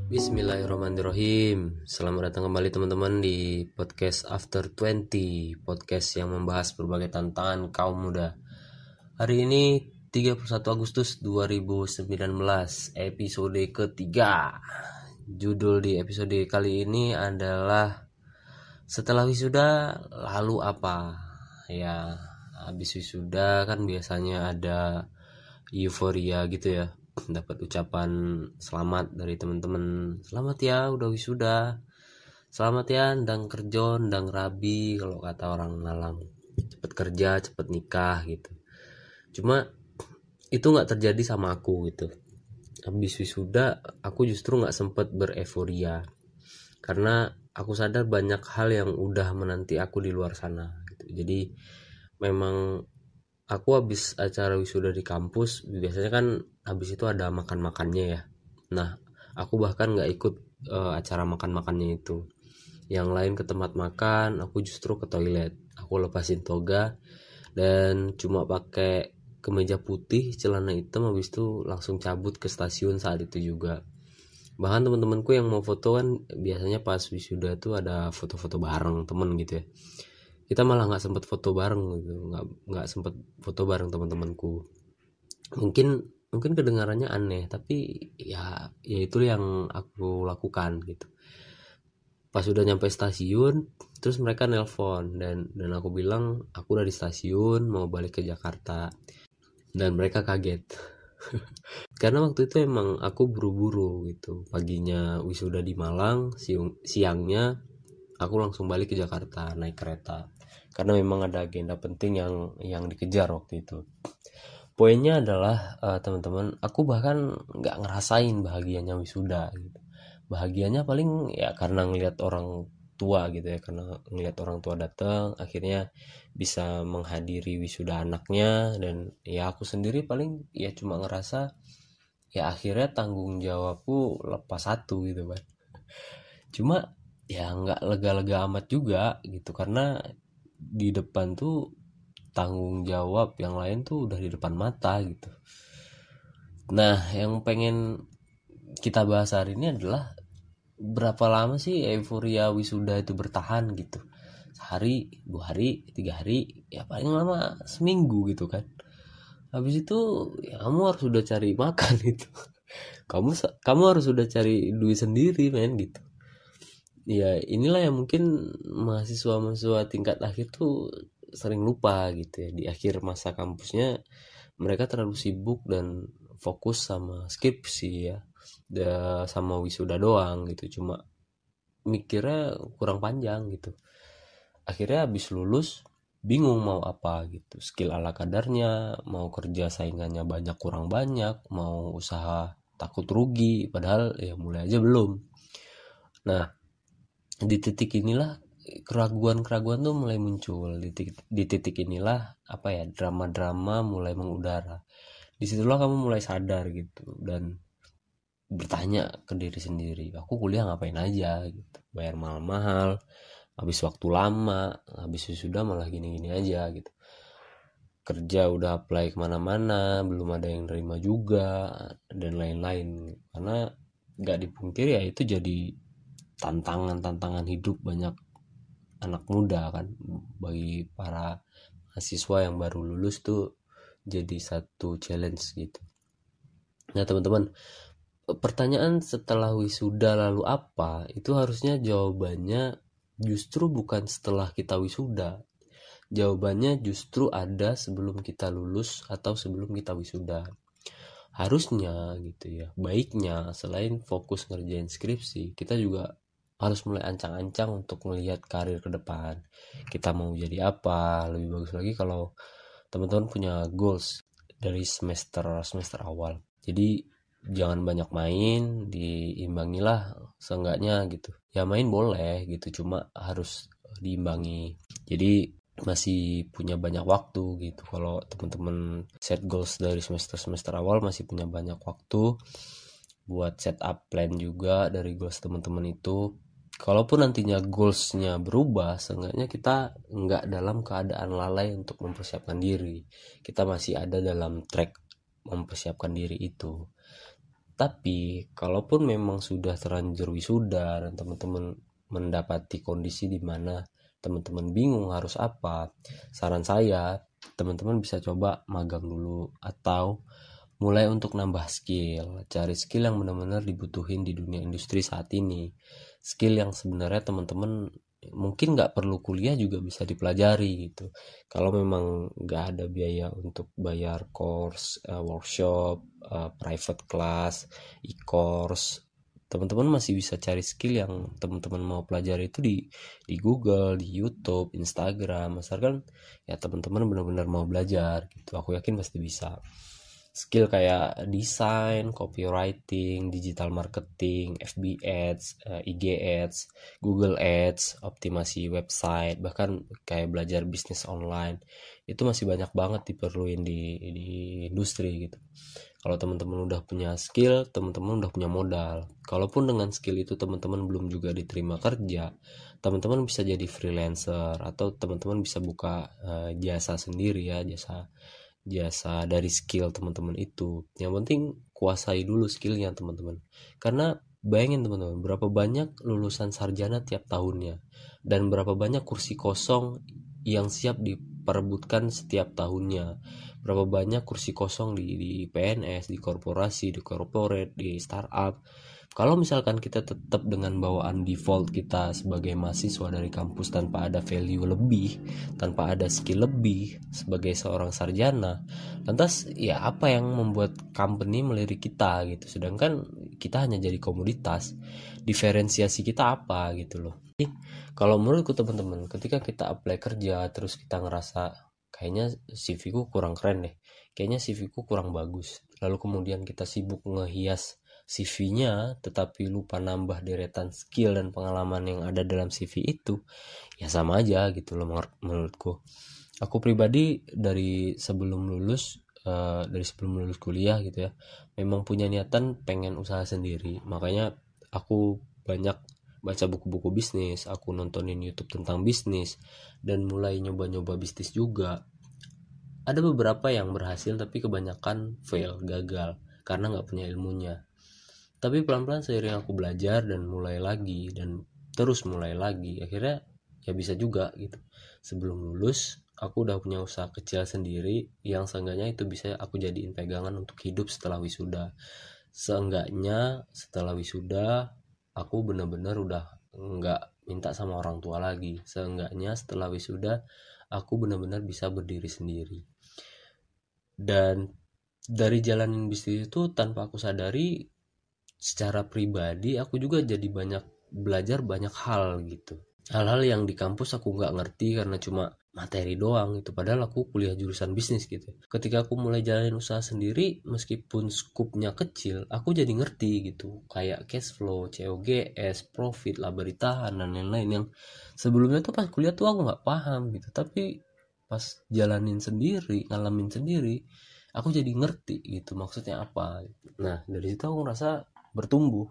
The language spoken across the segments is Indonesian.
Bismillahirrahmanirrahim. Selamat datang kembali teman-teman di podcast After 20, podcast yang membahas berbagai tantangan kaum muda. Hari ini 31 Agustus 2019, episode ketiga. Judul di episode kali ini adalah Setelah Wisuda Lalu Apa? Ya, habis wisuda kan biasanya ada euforia gitu ya, dapat ucapan selamat dari teman-teman. Selamat ya udah wisuda, selamat ya ndang kerja ndang rabi kalau kata orang Malang, cepet kerja cepet nikah gitu. Cuma itu nggak terjadi sama aku gitu. Habis wisuda aku justru nggak sempet bereforia karena aku sadar banyak hal yang udah menanti aku di luar sana gitu. Jadi memang aku habis acara wisuda di kampus biasanya kan habis itu ada makan-makannya ya. Nah, aku bahkan nggak ikut acara makan-makannya itu. Yang lain ke tempat makan, aku justru ke toilet. Aku lepasin toga dan cuma pakai kemeja putih, celana hitam, habis itu langsung cabut ke stasiun saat itu juga. Bahkan teman-temanku yang mau foto kan biasanya pas wisuda tuh ada foto-foto bareng temen gitu ya. Kita malah nggak sempet foto bareng gitu, nggak sempet foto bareng teman-temanku. Mungkin kedengarannya aneh, tapi ya itu yang aku lakukan gitu. Pas udah nyampe stasiun, terus mereka nelpon dan aku bilang aku udah di stasiun mau balik ke Jakarta, dan mereka kaget. Karena waktu itu emang aku buru-buru gitu, paginya wisuda di Malang, siangnya aku langsung balik ke Jakarta naik kereta karena memang ada agenda penting yang dikejar waktu itu. Poinnya adalah teman-teman, aku bahkan nggak ngerasain bahagianya wisuda gitu. Bahagianya paling ya karena ngelihat orang tua gitu ya, karena ngelihat orang tua datang akhirnya bisa menghadiri wisuda anaknya. Dan ya aku sendiri paling ya cuma ngerasa ya akhirnya tanggung jawabku lepas satu gitu kan. Cuma ya nggak lega-lega amat juga gitu, karena di depan tuh tanggung jawab yang lain tuh udah di depan mata gitu. Nah, yang pengen kita bahas hari ini adalah berapa lama sih euforia wisuda itu bertahan gitu. Sehari, 2 hari, 3 hari, ya paling lama seminggu gitu kan. Habis itu ya kamu harus udah cari makan gitu. Kamu harus udah cari duit sendiri men gitu. Ya inilah yang mungkin mahasiswa-mahasiswa tingkat akhir tuh sering lupa gitu ya. Di akhir masa kampusnya mereka terlalu sibuk dan fokus sama skripsi ya, sama wisuda doang gitu. Cuma mikirnya kurang panjang gitu. Akhirnya habis lulus bingung mau apa gitu. Skill ala kadarnya, mau kerja saingannya banyak kurang banyak, mau usaha takut rugi, padahal ya mulai aja belum. Nah, di titik inilah keraguan-keraguan tuh mulai muncul. Di titik inilah apa ya, drama-drama mulai mengudara. Disitulah kamu mulai sadar gitu dan bertanya ke diri sendiri, aku kuliah ngapain aja gitu, bayar mahal-mahal, habis waktu lama, habis sudah malah gini-gini aja gitu. Kerja udah apply kemana-mana belum ada yang nerima juga dan lain-lain. Karena nggak dipungkiri ya itu jadi tantangan hidup banyak anak muda kan. Bagi para mahasiswa yang baru lulus tuh jadi satu challenge gitu. Nah teman-teman, pertanyaan setelah wisuda lalu apa itu harusnya jawabannya justru bukan setelah kita wisuda. Jawabannya justru ada sebelum kita lulus atau sebelum kita wisuda. Harusnya gitu ya, baiknya selain fokus ngerjain skripsi, kita juga harus mulai ancang-ancang untuk melihat karir ke depan. Kita mau jadi apa? Lebih bagus lagi kalau teman-teman punya goals dari semester awal. Jadi jangan banyak main, diimbangilah seenggaknya gitu. Ya main boleh gitu, cuma harus diimbangi. Jadi masih punya banyak waktu gitu. Kalau teman-teman set goals dari semester awal masih punya banyak waktu buat set up plan juga dari goals teman-teman itu. Kalaupun nantinya goalsnya berubah, seenggaknya kita nggak dalam keadaan lalai untuk mempersiapkan diri. Kita masih ada dalam track mempersiapkan diri itu. Tapi kalaupun memang sudah terlanjur wisuda dan teman-teman mendapati kondisi di mana teman-teman bingung harus apa, saran saya teman-teman bisa coba magang dulu atau mulai untuk nambah skill, cari skill yang benar-benar dibutuhin di dunia industri saat ini. Skill yang sebenarnya teman-teman mungkin nggak perlu kuliah juga bisa dipelajari gitu. Kalau memang nggak ada biaya untuk bayar course, workshop, private class, e-course, teman-teman masih bisa cari skill yang teman-teman mau pelajari itu di Google, di YouTube, Instagram, asalkan ya teman-teman benar-benar mau belajar gitu. Aku yakin pasti bisa. Skill kayak desain, copywriting, digital marketing, FB Ads, IG Ads, Google Ads, optimasi website, bahkan kayak belajar bisnis online itu masih banyak banget diperluin di industri gitu. Kalau teman-teman udah punya skill, teman-teman udah punya modal. Kalaupun dengan skill itu teman-teman belum juga diterima kerja, teman-teman bisa jadi freelancer atau teman-teman bisa buka jasa sendiri ya, jasa dari skill teman-teman itu. Yang penting kuasai dulu skillnya teman-teman. Karena bayangin teman-teman, berapa banyak lulusan sarjana tiap tahunnya dan berapa banyak kursi kosong yang siap diperebutkan setiap tahunnya. Berapa banyak kursi kosong di PNS, di korporasi, di corporate, di startup. Kalau misalkan kita tetap dengan bawaan default kita sebagai mahasiswa dari kampus tanpa ada value lebih, tanpa ada skill lebih sebagai seorang sarjana, lantas ya apa yang membuat company melirik kita gitu, sedangkan kita hanya jadi komoditas. Diferensiasi kita apa gitu loh. Jadi, kalau menurutku teman-teman, ketika kita apply kerja terus kita ngerasa kayaknya CV ku kurang keren deh, kayaknya CV ku kurang bagus, lalu kemudian kita sibuk ngehias CV-nya tetapi lupa nambah deretan skill dan pengalaman yang ada dalam CV itu, ya sama aja gitu loh menurutku. Aku pribadi dari sebelum lulus kuliah gitu ya, memang punya niatan pengen usaha sendiri. Makanya aku banyak baca buku-buku bisnis, aku nontonin YouTube tentang bisnis dan mulai nyoba-nyoba bisnis juga. Ada beberapa yang berhasil tapi kebanyakan fail, gagal karena nggak punya ilmunya. Tapi pelan-pelan seiring aku belajar dan mulai lagi dan terus mulai lagi, akhirnya ya bisa juga gitu. Sebelum lulus aku udah punya usaha kecil sendiri yang seenggaknya itu bisa aku jadiin pegangan untuk hidup setelah wisuda. Seenggaknya setelah wisuda aku benar-benar udah nggak minta sama orang tua lagi. Seenggaknya setelah wisuda aku benar-benar bisa berdiri sendiri. Dan dari jalanin bisnis itu tanpa aku sadari, secara pribadi aku juga jadi belajar banyak hal gitu. Hal-hal yang di kampus aku nggak ngerti karena cuma materi doang gitu, padahal aku kuliah jurusan bisnis gitu. Ketika aku mulai jalanin usaha sendiri, meskipun skupnya kecil, aku jadi ngerti gitu, kayak cash flow, COGS, profit, laba ditahan dan lain-lain yang sebelumnya tuh pas kuliah tuh aku nggak paham gitu. Tapi pas jalanin sendiri, ngalamin sendiri, aku jadi ngerti gitu maksudnya apa. Nah dari situ aku ngerasa bertumbuh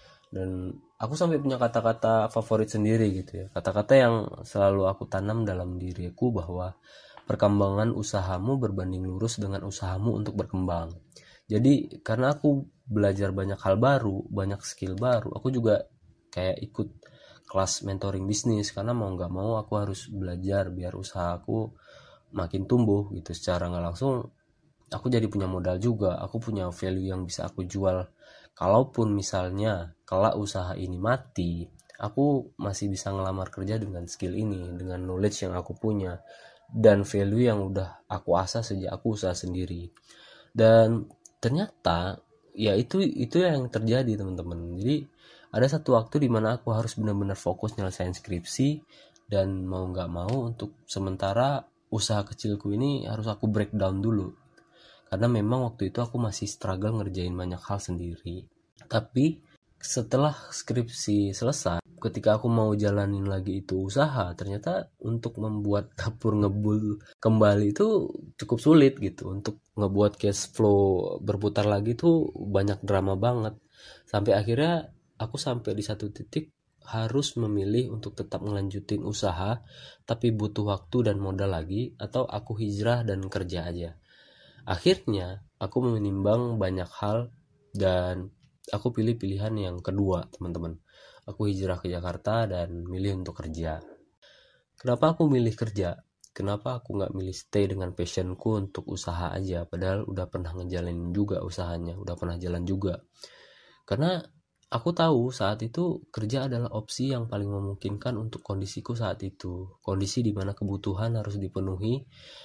dan aku sampai punya kata-kata favorit sendiri gitu ya, kata-kata yang selalu aku tanam dalam diriku bahwa perkembangan usahamu berbanding lurus dengan usahamu untuk berkembang. Jadi karena aku belajar banyak hal baru, banyak skill baru, aku juga kayak ikut kelas mentoring bisnis karena mau nggak mau aku harus belajar biar usahaku makin tumbuh gitu. Secara nggak langsung aku jadi punya modal juga, aku punya value yang bisa aku jual. Kalaupun misalnya kelak usaha ini mati, aku masih bisa ngelamar kerja dengan skill ini, dengan knowledge yang aku punya dan value yang udah aku asah sejak aku usaha sendiri. Dan ternyata ya itu yang terjadi teman-teman. Jadi ada satu waktu di mana aku harus benar-benar fokus nyelesain skripsi dan mau nggak mau untuk sementara usaha kecilku ini harus aku breakdown dulu. Karena memang waktu itu aku masih struggle ngerjain banyak hal sendiri. Tapi setelah skripsi selesai, ketika aku mau jalanin lagi itu usaha, ternyata untuk membuat dapur ngebul kembali itu cukup sulit gitu. Untuk ngebuat cash flow berputar lagi tuh banyak drama banget. Sampai akhirnya aku sampai di satu titik harus memilih untuk tetap ngelanjutin usaha tapi butuh waktu dan modal lagi, atau aku hijrah dan kerja aja. Akhirnya aku menimbang banyak hal dan aku pilih pilihan yang kedua, teman-teman. Aku hijrah ke Jakarta dan milih untuk kerja. Kenapa aku milih kerja? Kenapa aku nggak milih stay dengan passionku untuk usaha aja? Padahal udah pernah ngejalanin juga usahanya, udah pernah jalan juga. Karena aku tahu saat itu kerja adalah opsi yang paling memungkinkan untuk kondisiku saat itu. Kondisi di mana kebutuhan harus dipenuhi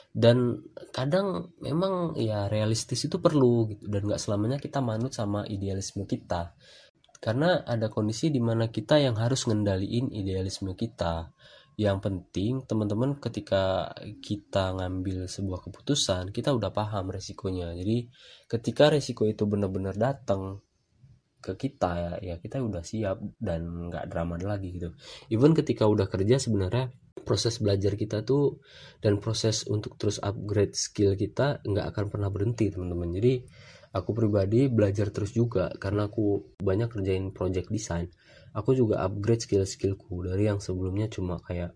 dan kadang memang ya realistis itu perlu gitu, dan nggak selamanya kita manut sama idealisme kita. Karena ada kondisi di mana kita yang harus ngendaliin idealisme kita. Yang penting teman-teman, ketika kita ngambil sebuah keputusan, kita udah paham resikonya. Jadi ketika resiko itu benar-benar datang ke kita, ya kita udah siap dan nggak drama lagi gitu. Even ketika udah kerja, sebenarnya proses belajar kita tuh dan proses untuk terus upgrade skill kita nggak akan pernah berhenti, teman-teman. Jadi aku pribadi belajar terus juga, karena aku banyak kerjain project design. Aku juga upgrade skill-skillku dari yang sebelumnya cuma kayak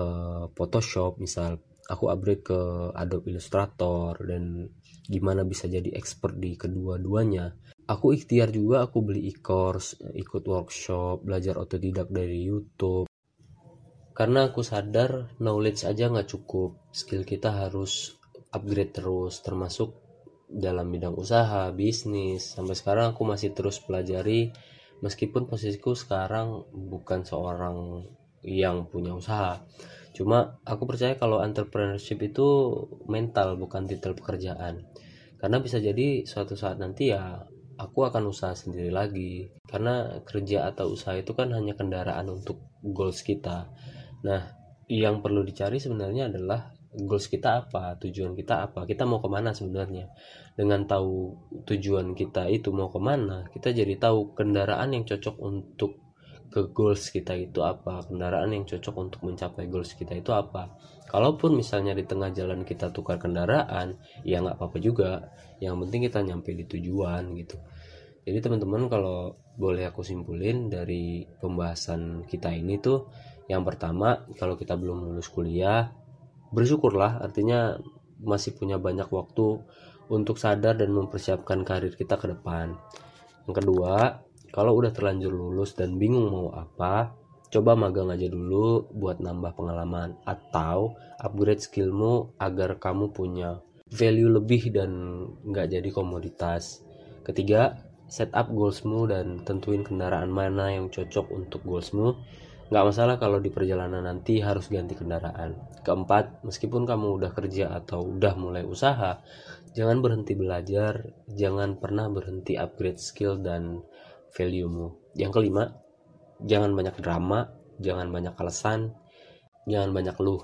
Photoshop misal, aku upgrade ke Adobe Illustrator dan gimana bisa jadi expert di kedua-duanya. Aku ikhtiar juga, aku beli e-course, ikut workshop, belajar otodidak dari YouTube. Karena aku sadar knowledge aja nggak cukup, skill kita harus upgrade terus, termasuk dalam bidang usaha, bisnis. Sampai sekarang aku masih terus pelajari, meskipun posisiku sekarang bukan seorang yang punya usaha. Cuma aku percaya kalau entrepreneurship itu mental, bukan titel pekerjaan. Karena bisa jadi suatu saat nanti ya aku akan usaha sendiri lagi. Karena kerja atau usaha itu kan hanya kendaraan untuk goals kita. Nah, yang perlu dicari sebenarnya adalah goals kita apa, tujuan kita apa, kita mau kemana sebenarnya. Dengan tahu tujuan kita itu mau kemana, kita jadi tahu kendaraan yang cocok untuk ke goals kita itu apa, kendaraan yang cocok untuk mencapai goals kita itu apa. Kalaupun misalnya di tengah jalan kita tukar kendaraan, ya nggak apa-apa juga, yang penting kita nyampe di tujuan gitu. Jadi teman-teman, kalau boleh aku simpulin dari pembahasan kita ini tuh, yang pertama, kalau kita belum lulus kuliah, bersyukurlah, artinya masih punya banyak waktu untuk sadar dan mempersiapkan karir kita ke depan. Yang kedua, kalau udah terlanjur lulus dan bingung mau apa, coba magang aja dulu buat nambah pengalaman atau upgrade skillmu agar kamu punya value lebih dan nggak jadi komoditas. Ketiga, set up goalsmu dan tentuin kendaraan mana yang cocok untuk goalsmu. Nggak masalah kalau di perjalanan nanti harus ganti kendaraan. Keempat, meskipun kamu udah kerja atau udah mulai usaha, jangan berhenti belajar, jangan pernah berhenti upgrade skill dan value-mu. Yang kelima, jangan banyak drama, jangan banyak alasan, jangan banyak keluh.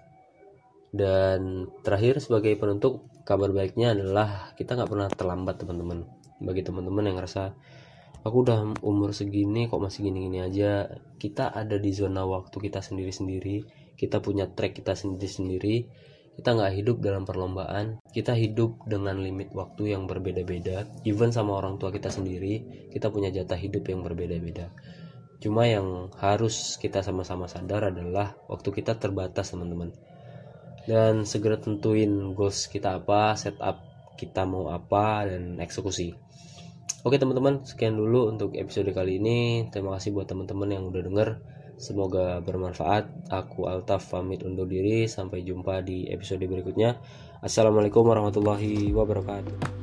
Dan terakhir, sebagai penutup, kabar baiknya adalah kita nggak pernah terlambat, teman-teman. Bagi teman-teman yang ngerasa aku udah umur segini kok masih gini-gini aja, kita ada di zona waktu kita sendiri-sendiri, kita punya track kita sendiri-sendiri. Kita nggak hidup dalam perlombaan, kita hidup dengan limit waktu yang berbeda-beda. Even sama orang tua kita sendiri, kita punya jatah hidup yang berbeda-beda. Cuma yang harus kita sama-sama sadar adalah waktu kita terbatas, teman-teman. Dan segera tentuin goals kita apa, setup kita mau apa, dan eksekusi. Oke teman-teman, sekian dulu untuk episode kali ini. Terima kasih buat teman-teman yang udah denger. Semoga bermanfaat. Aku Altaf pamit undur diri. Sampai jumpa di episode berikutnya. Assalamualaikum warahmatullahi wabarakatuh.